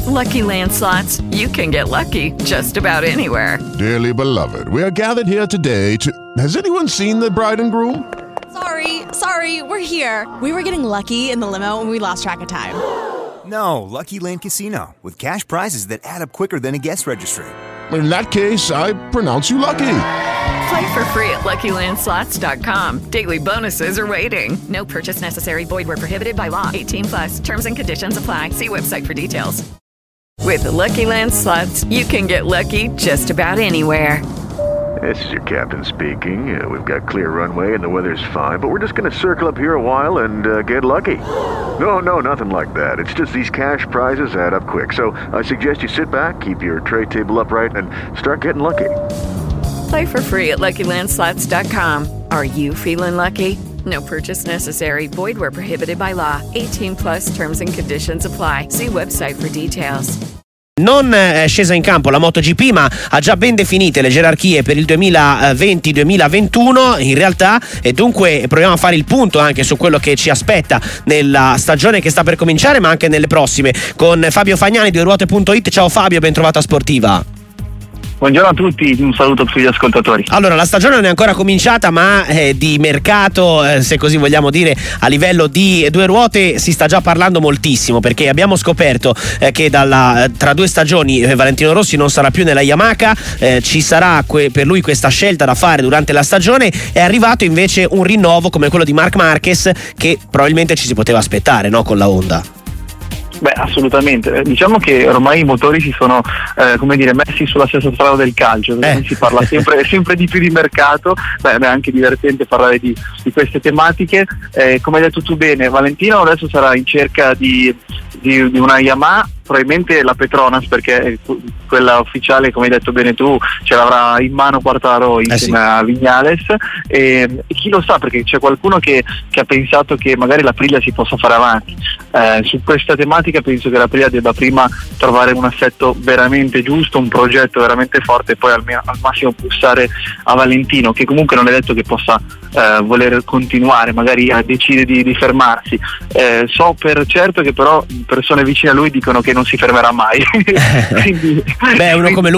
Lucky Land Slots, you can get lucky just about anywhere. Dearly beloved, we are gathered here today to... Has anyone seen the bride and groom? Sorry, we're here. We were getting lucky in the limo and we lost track of time. No, Lucky Land Casino, with cash prizes that add up quicker than a guest registry. In that case, I pronounce you lucky. Play for free at LuckyLandSlots.com. Daily bonuses are waiting. No purchase necessary. Void where prohibited by law. 18+. Terms and conditions apply. See website for details. With the Lucky Land Slots, you can get lucky just about anywhere. This is your captain speaking. We've got clear runway and the weather's fine, but we're just going to circle up here a while and get lucky. No, nothing like that. It's just these cash prizes add up quick. So I suggest you sit back, keep your tray table upright, and start getting lucky. Play for free at LuckyLandSlots.com. Are you feeling lucky? No purchase necessary. Void where prohibited by law. 18+ terms and conditions apply. See website for details. Non è scesa in campo la MotoGP, ma ha già ben definite le gerarchie per il 2020-2021 in realtà, e dunque proviamo a fare il punto anche su quello che ci aspetta nella stagione che sta per cominciare, ma anche nelle prossime, con Fabio Fagnani di dueruote.it. Ciao Fabio, ben trovato a Sportiva. Buongiorno a tutti, un saluto a tutti gli ascoltatori. Allora, la stagione non è ancora cominciata, ma di mercato, se così vogliamo dire, a livello di due ruote si sta già parlando moltissimo, perché abbiamo scoperto che tra 2 stagioni Valentino Rossi non sarà più nella Yamaha, ci sarà per lui questa scelta da fare durante la stagione. È arrivato invece un rinnovo come quello di Marc Marquez, che probabilmente ci si poteva aspettare, no, con la Honda. Beh, assolutamente. Diciamo che ormai i motori si sono messi sulla stessa strada del calcio, si parla sempre di più di mercato. Beh, è anche divertente parlare di queste tematiche. Come hai detto tu bene, Valentino adesso sarà in cerca di una Yamaha, probabilmente la Petronas, perché quella ufficiale, come hai detto bene tu, ce l'avrà in mano Quartararo insieme a Viñales, e chi lo sa, perché c'è qualcuno che ha pensato che magari la Aprilia si possa fare avanti. Su questa tematica penso che la Aprilia debba prima trovare un assetto veramente giusto, un progetto veramente forte, e poi al massimo pussare a Valentino, che comunque non è detto che possa voler continuare, magari decide di fermarsi. So per certo che però persone vicine a lui dicono che non si fermerà mai. Quindi, uno come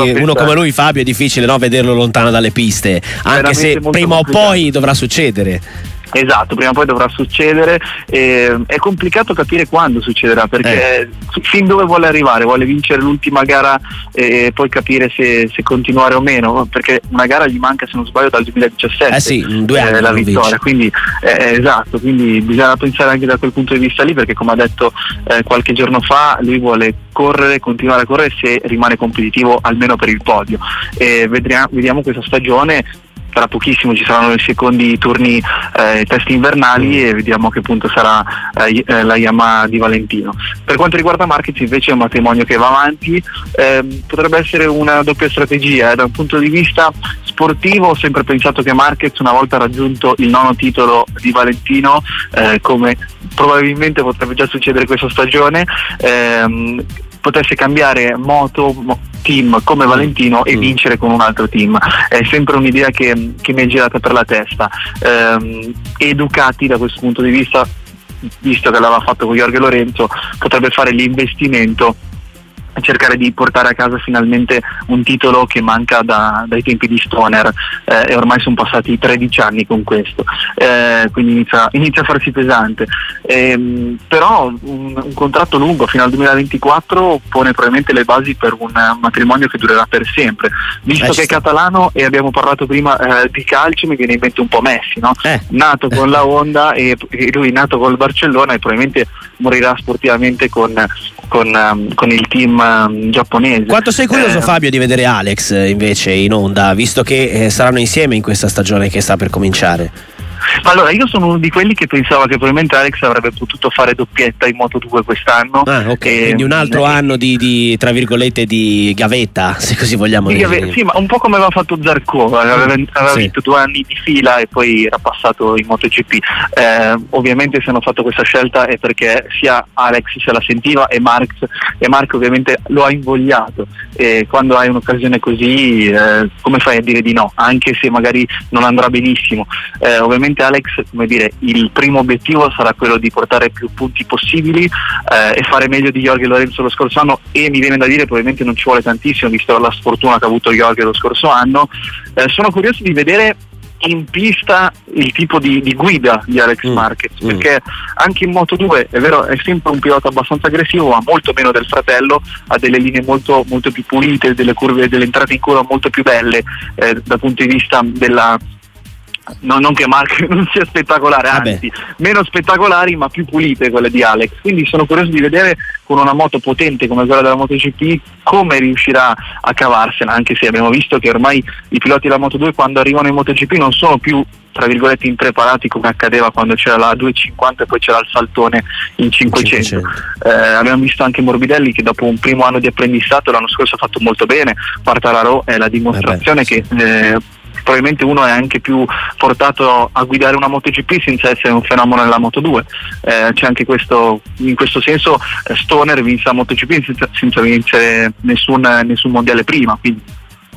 lui, Fabio, è difficile, no, vederlo lontano dalle piste, anche se prima o poi dovrà succedere. Esatto, prima o poi dovrà succedere. È complicato capire quando succederà, perché fin dove vuole arrivare, vuole vincere l'ultima gara e poi capire se continuare o meno, perché una gara gli manca, se non sbaglio, dal 2017 2 anni la vittoria, quindi esatto, quindi bisogna pensare anche da quel punto di vista lì, perché come ha detto qualche giorno fa, lui vuole continuare a correre se rimane competitivo almeno per il podio, e vediamo questa stagione. Tra pochissimo ci saranno i secondi turni test invernali, e vediamo a che punto sarà la Yamaha di Valentino. Per quanto riguarda Marquez invece è un matrimonio che va avanti, potrebbe essere una doppia strategia. Da un punto di vista sportivo ho sempre pensato che Marquez, una volta raggiunto il 9° titolo di Valentino, come probabilmente potrebbe già succedere questa stagione, potesse cambiare team come Valentino e vincere con un altro team. È sempre un'idea che mi è girata per la testa, e Ducati da questo punto di vista, visto che l'aveva fatto con Jorge Lorenzo, potrebbe fare l'investimento a cercare di portare a casa finalmente un titolo che manca dai tempi di Stoner, e ormai sono passati 13 anni con questo, quindi inizia a farsi pesante, però un contratto lungo fino al 2024 pone probabilmente le basi per un matrimonio che durerà per sempre, visto che è catalano, e abbiamo parlato prima di calcio, mi viene in mente un po' Messi, no? Nato con la Honda e lui nato col Barcellona, e probabilmente morirà sportivamente con il team giapponese. Quanto sei curioso, Fabio, di vedere Alex invece in Honda, visto che saranno insieme in questa stagione che sta per cominciare? Allora, io sono uno di quelli che pensava che probabilmente Alex avrebbe potuto fare doppietta in Moto2 quest'anno. Quindi un altro anno di tra virgolette di gavetta, se così vogliamo dire. Sì, ma un po' come aveva fatto Zarco, aveva vinto 2 anni di fila e poi era passato in MotoGP. Ovviamente se hanno fatto questa scelta è perché sia Alex se la sentiva, e Marco ovviamente lo ha invogliato. e quando hai un'occasione così come fai a dire di no, anche se magari non andrà benissimo? Ovviamente Alex, come dire, il primo obiettivo sarà quello di portare più punti possibili e fare meglio di Jorge Lorenzo lo scorso anno, e mi viene da dire probabilmente non ci vuole tantissimo visto la sfortuna che ha avuto Jorge lo scorso anno. Sono curioso di vedere in pista il tipo di guida di Alex Marquez, perché anche in Moto2 è vero, è sempre un pilota abbastanza aggressivo, ma molto meno del fratello, ha delle linee molto, molto più pulite, delle curve, delle entrate in curva molto più belle dal punto di vista della... No, non che Mark non sia spettacolare, anzi meno spettacolari ma più pulite quelle di Alex, quindi sono curioso di vedere con una moto potente come quella della MotoGP come riuscirà a cavarsela, anche se abbiamo visto che ormai i piloti della Moto2 quando arrivano in MotoGP non sono più tra virgolette impreparati come accadeva quando c'era la 250 e poi c'era il saltone in 500. Abbiamo visto anche Morbidelli che dopo un primo anno di apprendistato l'anno scorso ha fatto molto bene, Quartararo è la dimostrazione che probabilmente uno è anche più portato a guidare una MotoGP senza essere un fenomeno nella Moto2. C'è anche questo, in questo senso Stoner vinse la MotoGP senza vincere nessun mondiale prima, quindi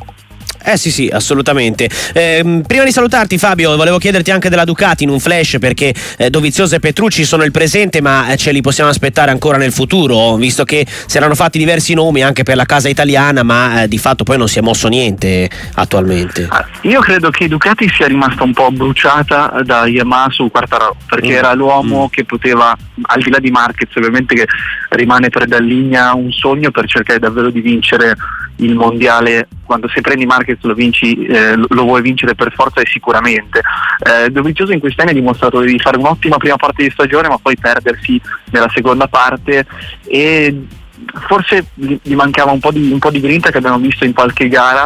sì, assolutamente. Prima di salutarti, Fabio, volevo chiederti anche della Ducati in un flash, perché Dovizioso e Petrucci sono il presente, ma ce li possiamo aspettare ancora nel futuro, visto che si erano fatti diversi nomi anche per la casa italiana, ma di fatto poi non si è mosso niente attualmente. Io credo che Ducati sia rimasta un po' bruciata da Yamaha su Quartararo, perché era l'uomo che poteva, al di là di Marquez ovviamente che rimane per Dalligna un sogno per cercare davvero di vincere il mondiale. Quando se prendi Marquez lo vinci, lo vuoi vincere per forza e sicuramente. Dovizioso in quest'anno ha dimostrato di fare un'ottima prima parte di stagione ma poi perdersi nella seconda parte, e forse gli mancava un po' di grinta che abbiamo visto in qualche gara,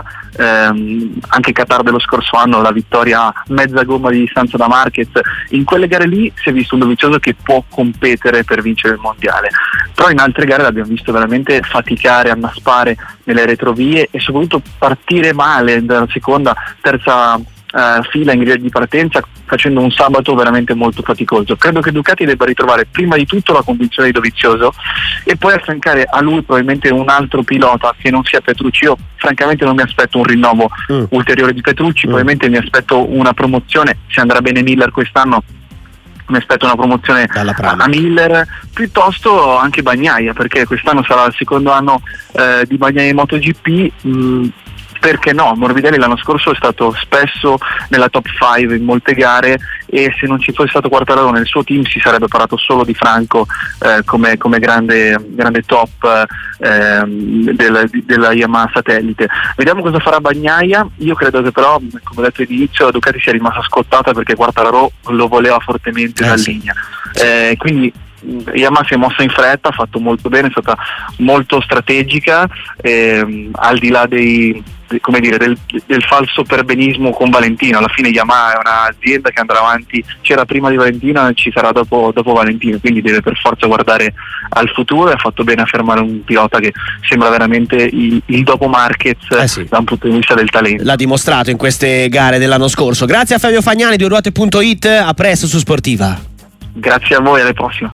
anche Qatar dello scorso anno, la vittoria a mezza gomma di distanza da Marquez. In quelle gare lì si è visto un Dovizioso che può competere per vincere il mondiale, però in altre gare l'abbiamo visto veramente faticare, annaspare nelle retrovie e soprattutto partire male dalla seconda, terza fila in griglia di partenza, facendo un sabato veramente molto faticoso. Credo che Ducati debba ritrovare prima di tutto la convinzione di Dovizioso e poi affiancare a lui probabilmente un altro pilota che non sia Petrucci. Io francamente non mi aspetto un rinnovo ulteriore di Petrucci, probabilmente mi aspetto una promozione, se andrà bene Miller quest'anno mi aspetto una promozione a Miller, piuttosto anche Bagnaia, perché quest'anno sarà il secondo anno di Bagnaia in MotoGP. Perché no? Morbidelli l'anno scorso è stato spesso nella top 5 in molte gare, e se non ci fosse stato Quartararo nel suo team si sarebbe parlato solo di Franco come grande top della Yamaha satellite. Vediamo cosa farà Bagnaia. Io credo che però, come ho detto all'inizio, la Ducati sia rimasta scottata perché Quartararo lo voleva fortemente da linea, quindi Yamaha si è mossa in fretta, ha fatto molto bene, è stata molto strategica, al di là del falso perbenismo con Valentino. Alla fine Yamaha è un'azienda che andrà avanti, c'era prima di Valentino e ci sarà dopo Valentino, quindi deve per forza guardare al futuro, e ha fatto bene a fermare un pilota che sembra veramente il dopo Marquez da un punto di vista del talento. L'ha dimostrato in queste gare dell'anno scorso. Grazie a Fabio Fagnani di Dueruote.it, a presto su Sportiva. Grazie a voi, alle prossime.